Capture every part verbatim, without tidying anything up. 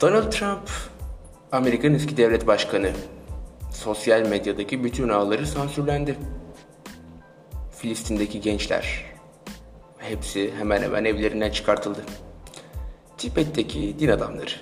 Donald Trump, Amerika'nın eski devlet başkanı. Sosyal medyadaki bütün ağları sansürlendi. Filistin'deki gençler, hepsi hemen hemen evlerinden çıkartıldı. Tibet'teki din adamları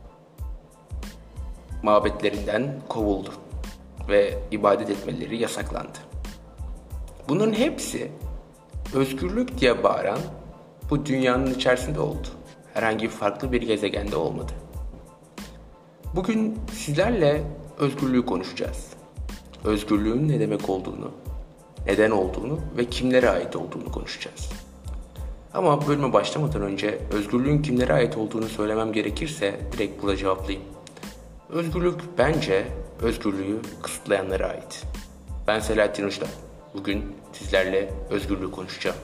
mabetlerinden kovuldu ve ibadet etmeleri yasaklandı. Bunların hepsi özgürlük diye bağıran bu dünyanın içerisinde oldu. Herhangi farklı bir gezegende olmadı. Bugün sizlerle özgürlüğü konuşacağız. Özgürlüğün ne demek olduğunu, neden olduğunu ve kimlere ait olduğunu konuşacağız. Ama bölüme başlamadan önce özgürlüğün kimlere ait olduğunu söylemem gerekirse direkt burada cevaplayayım. Özgürlük bence özgürlüğü kısıtlayanlara ait. Ben Selahattin Uç'ta. Bugün sizlerle özgürlüğü konuşacağım.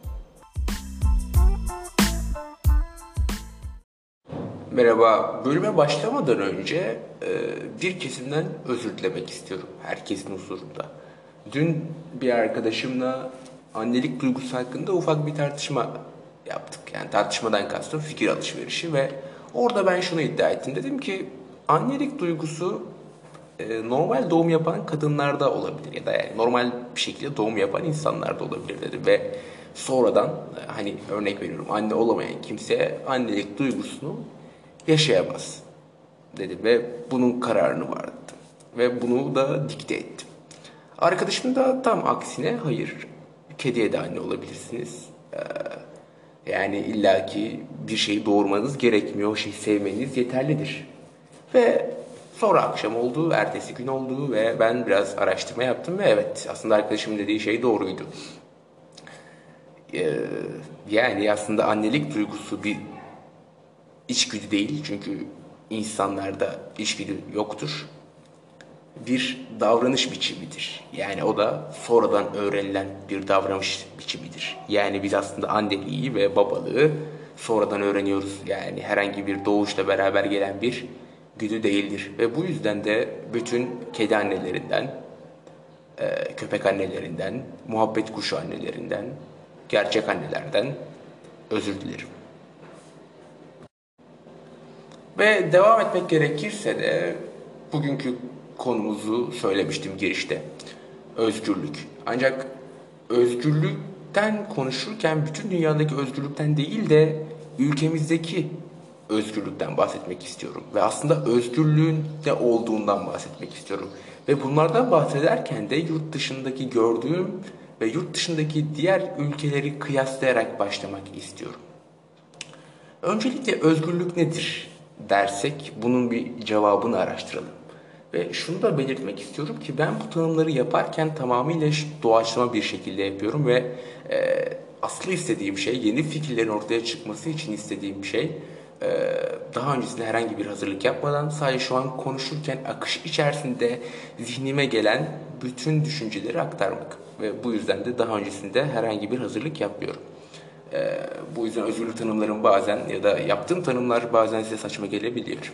Merhaba, bölüme başlamadan önce e, bir kesimden özür dilemek istiyorum herkesin huzurunda. Dün bir arkadaşımla annelik duygusu hakkında ufak bir tartışma yaptık. Yani tartışmadan kastım fikir alışverişi ve orada ben şunu iddia ettim. Dedim ki annelik duygusu e, normal doğum yapan kadınlarda olabilir ya da yani normal bir şekilde doğum yapan insanlarda olabilir dedim ve sonradan e, hani örnek veriyorum anne olamayan kimse annelik duygusunu yaşayamaz dedim ve bunun kararını vardı ve bunu da dikte ettim. Arkadaşım da tam aksine hayır, kediye de anne olabilirsiniz. Ee, yani illaki bir şeyi doğurmanız gerekmiyor, o şeyi sevmeniz yeterlidir. Ve sonra akşam oldu, ertesi gün oldu ve ben biraz araştırma yaptım ve evet aslında arkadaşımın dediği şey doğruydu. Ee, yani aslında annelik duygusu bir içgüdü değil çünkü insanlarda içgüdü yoktur. Bir davranış biçimidir. Yani o da sonradan öğrenilen bir davranış biçimidir. Yani biz aslında anneliği ve babalığı sonradan öğreniyoruz. Yani herhangi bir doğuşla beraber gelen bir güdü değildir. Ve bu yüzden de bütün kedi annelerinden, köpek annelerinden, muhabbet kuşu annelerinden, gerçek annelerden özür dilerim. Ve devam etmek gerekirse de bugünkü konumuzu söylemiştim girişte. Özgürlük. Ancak özgürlükten konuşurken bütün dünyadaki özgürlükten değil de ülkemizdeki özgürlükten bahsetmek istiyorum. Ve aslında özgürlüğün ne olduğundan bahsetmek istiyorum. Ve bunlardan bahsederken de yurt dışındaki gördüğüm ve yurt dışındaki diğer ülkeleri kıyaslayarak başlamak istiyorum. Öncelikle özgürlük nedir dersek bunun bir cevabını araştıralım. Ve şunu da belirtmek istiyorum ki ben bu tanımları yaparken tamamıyla doğaçlama bir şekilde yapıyorum ve e, aslı istediğim şey, yeni fikirlerin ortaya çıkması için istediğim şey e, daha öncesinde herhangi bir hazırlık yapmadan sadece şu an konuşurken akış içerisinde zihnime gelen bütün düşünceleri aktarmak. Ve bu yüzden de daha öncesinde herhangi bir hazırlık yapmıyorum. Ee, bu yüzden özgürlük tanımlarım bazen ya da yaptığım tanımlar bazen size saçma gelebiliyor.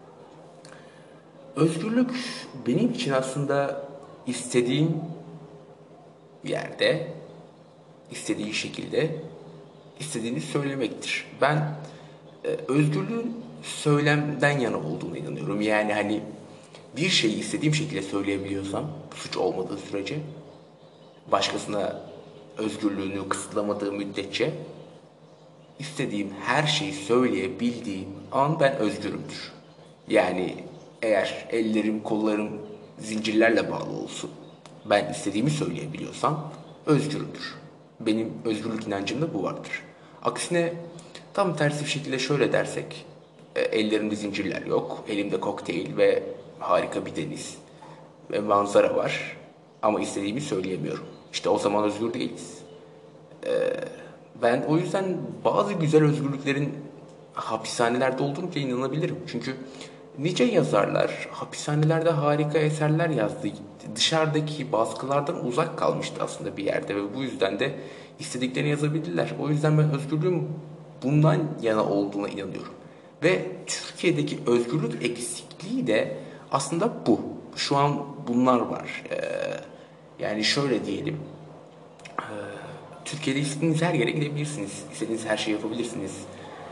Özgürlük benim için aslında istediğim yerde, istediği şekilde istediğini söylemektir. Ben e, özgürlüğün söylemden yana olduğunu inanıyorum. Yani hani bir şeyi istediğim şekilde söyleyebiliyorsam suç olmadığı sürece başkasına özgürlüğünü kısıtlamadığım müddetçe istediğim her şeyi söyleyebildiğim an ben özgürümdür. Yani eğer ellerim, kollarım zincirlerle bağlı olsun, ben istediğimi söyleyebiliyorsam özgürümdür. Benim özgürlük inancımda bu vardır. Aksine tam tersi bir şekilde şöyle dersek, ellerimde zincirler yok, elimde kokteyl ve harika bir deniz ve manzara var ama istediğimi söyleyemiyorum. İşte o zaman özgür değiliz. Ee, ben o yüzden bazı güzel özgürlüklerin hapishanelerde olduğunu bile inanabilirim. Çünkü nice yazarlar hapishanelerde harika eserler yazdı. Dışarıdaki baskılardan uzak kalmıştı aslında bir yerde ve bu yüzden de istediklerini yazabildiler. O yüzden ben özgürlüğün bundan yana olduğuna inanıyorum. Ve Türkiye'deki özgürlük eksikliği de aslında bu. Şu an bunlar var. Ee, yani şöyle diyelim. Ee, Türkiye'de istediğiniz her yere gidebilirsiniz. İstediğiniz her şeyi yapabilirsiniz.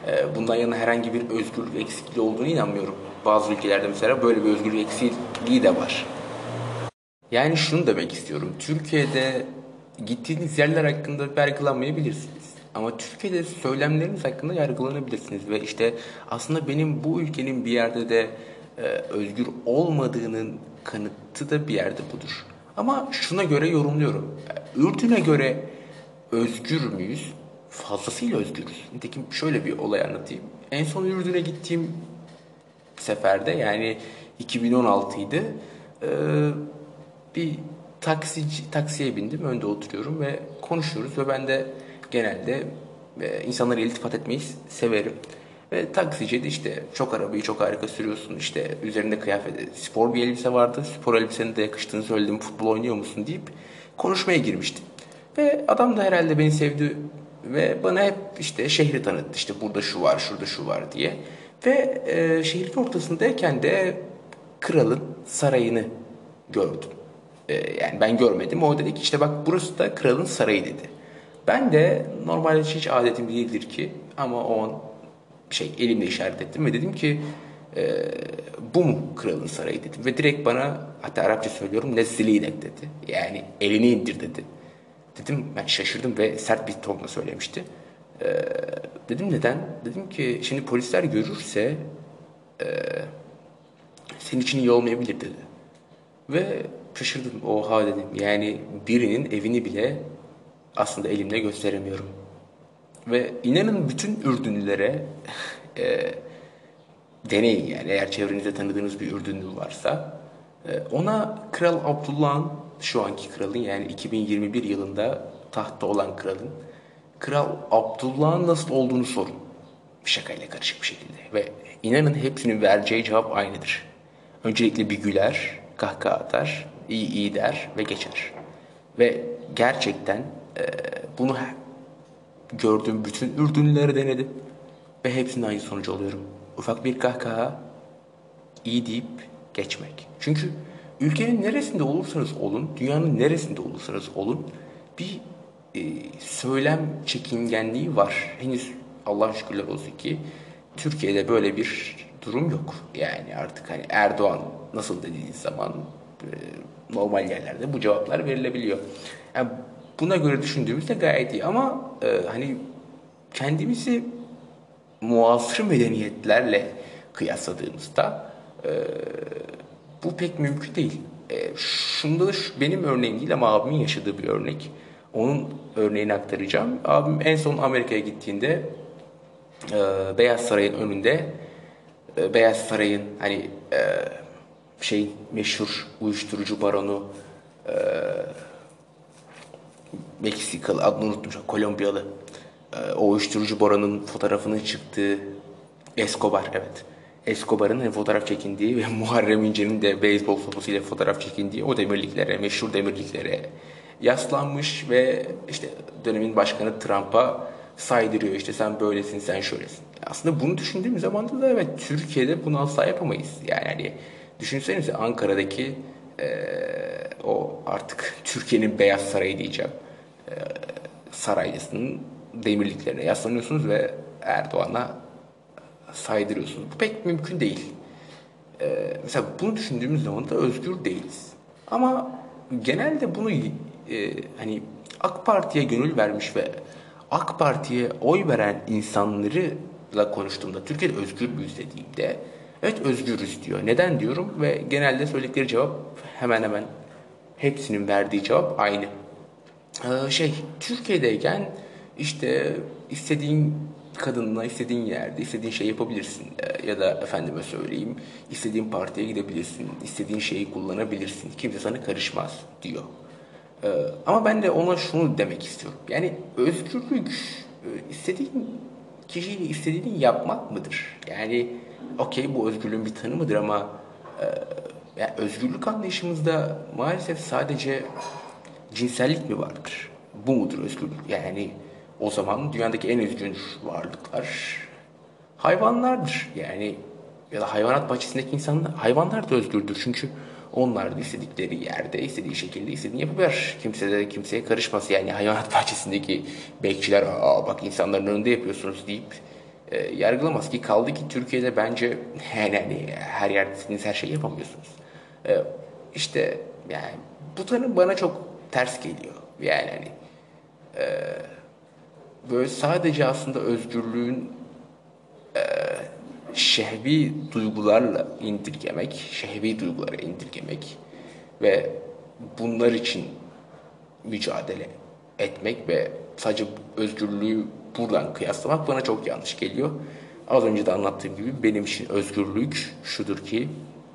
E, bundan yana herhangi bir özgürlük eksikliği olduğunu inanmıyorum. Bazı ülkelerde mesela böyle bir özgürlük eksikliği de var. Yani şunu demek istiyorum. Türkiye'de gittiğiniz yerler hakkında yargılanmayabilirsiniz. Ama Türkiye'de söylemleriniz hakkında yargılanabilirsiniz. Ve işte aslında benim bu ülkenin bir yerde de e, özgür olmadığının kanıtı da bir yerde budur. Ama şuna göre yorumluyorum. Ürdün'e göre özgür müyüz? Fazlasıyla özgürüz. Nitekim şöyle bir olay anlatayım. En son Ürdün'e gittiğim seferde, yani iki bin on altıydı. Ee, bir taksici, taksiye bindim. Önde oturuyorum ve konuşuyoruz ve ben de genelde e, insanlara iltifat etmeyi severim. Ve taksici de işte çok arabayı çok harika sürüyorsun, işte üzerinde kıyafet, spor bir elbise vardı. Spor elbisenin de yakıştığını söyledim. Futbol oynuyor musun deyip konuşmaya girmişti. Ve adam da herhalde beni sevdi ve bana hep işte şehri tanıttı. İşte burada şu var, şurada şu var diye. Ve e, şehrin ortasındayken de kralın sarayını gördüm. E, yani ben görmedim. O dedi ki işte bak burası da kralın sarayı dedi. Ben de normalde hiç adetim değildir ki, ama o an şey elimle işaret ettim ve dedim ki e, bu mu kralın sarayı dedim. Ve direkt bana, hatta Arapça söylüyorum, nezzilinek dedi. Yani elini indir dedi. Dedim, ben şaşırdım ve sert bir tonla söylemişti. Ee, dedim neden? Dedim ki şimdi polisler görürse senin için iyi olmayabilir dedi. Ve şaşırdım. Oha dedim. Yani birinin evini bile aslında elimle gösteremiyorum. Ve inanın bütün Ürdünlülere e, deneyin yani. Eğer çevrenizde tanıdığınız bir Ürdünlü varsa e, ona Kral Abdullah'ın, şu anki kralın, yani iki bin yirmi bir yılında tahtta olan kralın, Kral Abdullah'ın nasıl olduğunu sorun. Bir şakayla karışık bir şekilde. Ve inanın hepsinin vereceği cevap aynıdır. Öncelikle bir güler, kahkaha atar, iyi iyi der ve geçer. Ve gerçekten e, bunu gördüğüm bütün Ürdünlüleri denedim. Ve hepsinin aynı sonucu alıyorum. Ufak bir kahkaha, iyi deyip geçmek. Çünkü ülkenin neresinde olursanız olun, dünyanın neresinde olursanız olun, bir e, söylem çekingenliği var. Henüz Allah şükürler olsun ki Türkiye'de böyle bir durum yok. Yani artık hani Erdoğan nasıl dediğiniz zaman e, normal yerlerde bu cevaplar verilebiliyor. Yani buna göre düşündüğümüzde gayet iyi, ama e, hani kendimizi muasır medeniyetlerle kıyasladığımızda e, bu pek mümkün değil. E, şunda da şu, benim örneğim değil ama abimin yaşadığı bir örnek. Onun örneğini aktaracağım. Abim en son Amerika'ya gittiğinde e, Beyaz Saray'ın önünde, e, Beyaz Saray'ın hani e, şey meşhur uyuşturucu baronu, Meksikalı, adını unuttum, Kolombiyalı, e, o uyuşturucu baronun fotoğrafının çıktığı Escobar, evet. Escobar'ın hem fotoğraf çekindiği ve Muharrem İnce'nin de beyzbol sopasıyla fotoğraf çekindiği o demirliklere, meşhur demirliklere yaslanmış ve işte dönemin başkanı Trump'a saydırıyor, işte sen böylesin, sen şöylesin. Aslında bunu düşündüğüm zaman da evet, Türkiye'de bunu asla yapamayız. Yani hani düşünsenize Ankara'daki eee, o artık Türkiye'nin Beyaz Sarayı diyeceğim. Eee Saraylısının demirliklerine yaslanıyorsunuz ve Erdoğan'a saydırıyorsunuz. Bu pek mümkün değil. Ee, mesela bunu düşündüğümüz zaman da özgür değiliz. Ama genelde bunu e, hani AK Parti'ye gönül vermiş ve AK Parti'ye oy veren insanlarla konuştuğumda Türkiye'de özgür müyüz dediğimde evet özgürüz diyor. Neden diyorum ve genelde söyledikleri cevap hemen hemen hepsinin verdiği cevap aynı. Ee, şey Türkiye'deyken işte istediğin kadınla istediğin yerde istediğin şey yapabilirsin. Ee, ya da efendime söyleyeyim, istediğin partiye gidebilirsin, istediğin şeyi kullanabilirsin, kimse sana karışmaz diyor. Ee, ama ben de ona şunu demek istiyorum, yani özgürlük e, istediğin kişiyle istediğini yapmak mıdır? Yani okey, bu özgürlüğün bir tanımıdır ama e, yani özgürlük anlayışımızda maalesef sadece cinsellik mi vardır? Bu mudur özgürlük? Yani o zaman dünyadaki en özgür varlıklar hayvanlardır. Yani ya da hayvanat bahçesindeki insanlar, hayvanlar da özgürdür. Çünkü onlar da istedikleri yerde, istediği şekilde istediğini yapabilir. Kimse de kimseye karışmaz. Yani hayvanat bahçesindeki bekçiler, aa bak insanların önünde yapıyorsunuz deyip e, yargılamaz ki, kaldı ki Türkiye'de bence yani hani her yerde istediğiniz her şeyi yapamıyorsunuz. E, işte yani bu tanım bana çok ters geliyor. Yani hani böyle sadece aslında özgürlüğün şehvi duygularla indirgemek, şehvi duygulara indirgemek ve bunlar için mücadele etmek ve sadece özgürlüğü buradan kıyaslamak bana çok yanlış geliyor. Az önce de anlattığım gibi benim için özgürlük şudur ki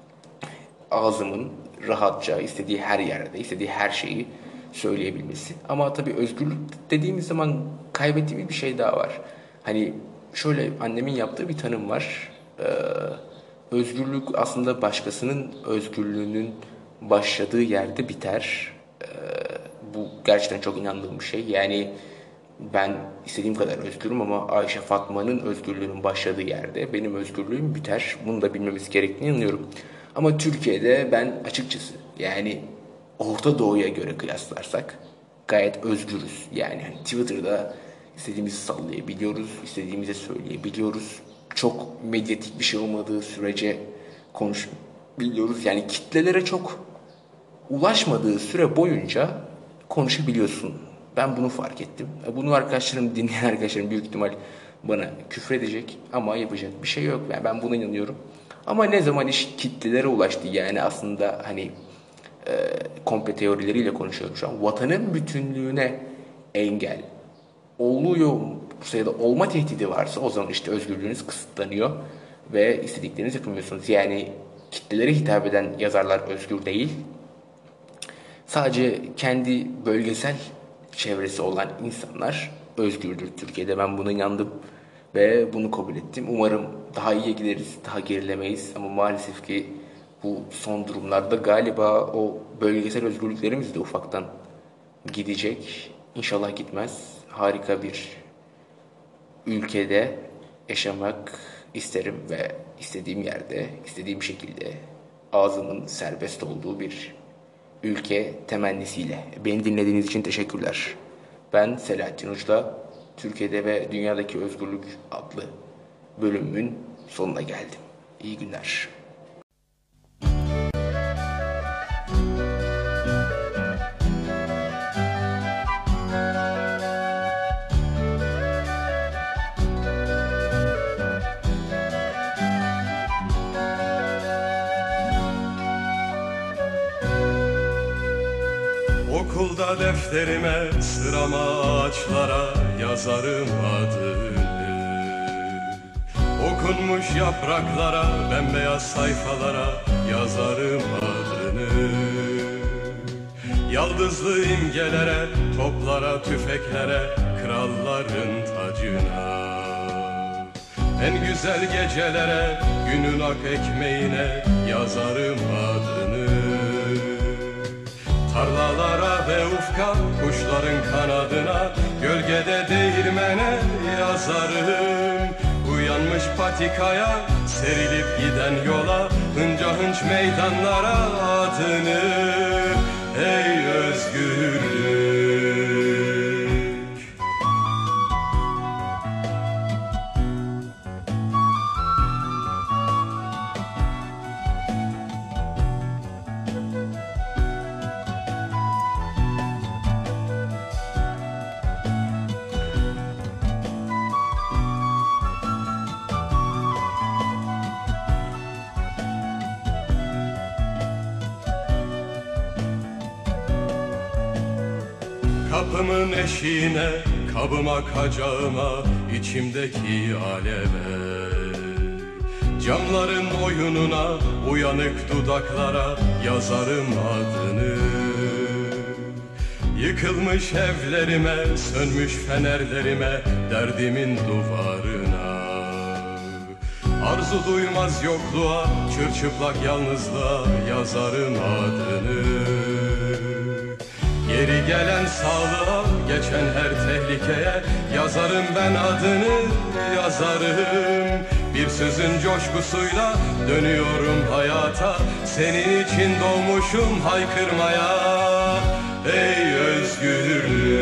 ağzımın rahatça istediği her yerde, istediği her şeyi söyleyebilmesi. Ama tabii özgürlük dediğimiz zaman kaybettiğimiz bir şey daha var. Hani şöyle annemin yaptığı bir tanım var. Ee, özgürlük aslında başkasının özgürlüğünün başladığı yerde biter. Ee, bu gerçekten çok inandığım bir şey. Yani ben istediğim kadar özgürüm ama Ayşe Fatma'nın özgürlüğünün başladığı yerde benim özgürlüğüm biter. Bunu da bilmemiz gerektiğini inanıyorum. Ama Türkiye'de ben açıkçası yani Orta Doğu'ya göre kıyaslarsak gayet özgürüz. Yani hani Twitter'da istediğimizi sallayabiliyoruz, istediğimizi söyleyebiliyoruz. Çok medyatik bir şey olmadığı sürece konuşabiliyoruz. Yani kitlelere çok ulaşmadığı süre boyunca konuşabiliyorsun. Ben bunu fark ettim. Bunu arkadaşlarım, dinleyen arkadaşlarım büyük ihtimal bana küfredecek ama yapacak bir şey yok. Yani ben buna inanıyorum. Ama ne zaman iş kitlelere ulaştı, yani aslında hani e, komple teorileriyle konuşuyorum şu an. Vatanın bütünlüğüne engel oluyor ya da olma tehdidi varsa o zaman işte özgürlüğünüz kısıtlanıyor ve istediklerinizi yapamıyorsunuz. Yani kitlelere hitap eden yazarlar özgür değil. Sadece kendi bölgesel çevresi olan insanlar özgürdür Türkiye'de. Ben buna inandım ve bunu kabul ettim. Umarım daha iyiye gideriz, daha gerilemeyiz. Ama maalesef ki bu son durumlarda galiba o bölgesel özgürlüklerimiz de ufaktan gidecek. İnşallah gitmez. Harika bir ülkede yaşamak isterim ve istediğim yerde, istediğim şekilde ağzımın serbest olduğu bir ülke temennisiyle. Beni dinlediğiniz için teşekkürler. Ben Selahattin Uç'la Türkiye'de ve Dünyadaki Özgürlük adlı bölümün sonuna geldim. İyi günler. Okulda defterime sırama ağaçlara yazarım adını. Okunmuş yapraklara, bembeyaz sayfalara yazarım adını. Yaldızlı imgelere, toplara, tüfeklere, kralların tacına. En güzel gecelere, günün ak ekmeğine yazarım adını. Tarlalara ve ufka, kuşların kanadına, gölgede değirmene yazarım. Uyanmış patikaya, serilip giden yola, hınca hınç meydanlara adını. Ey özgürlük! Kapımın eşiğine, kabıma kacağıma, içimdeki aleve. Camların oyununa, uyanık dudaklara yazarım adını. Yıkılmış evlerime, sönmüş fenerlerime, derdimin duvarına. Arzu duymaz yokluğa, çırçıplak yalnızlığa yazarım adını. Geri gelen sağlığa, geçen her tehlikeye yazarım ben adını, yazarım. Bir sözün coşkusuyla dönüyorum hayata, senin için doğmuşum haykırmaya. Ey özgürlük!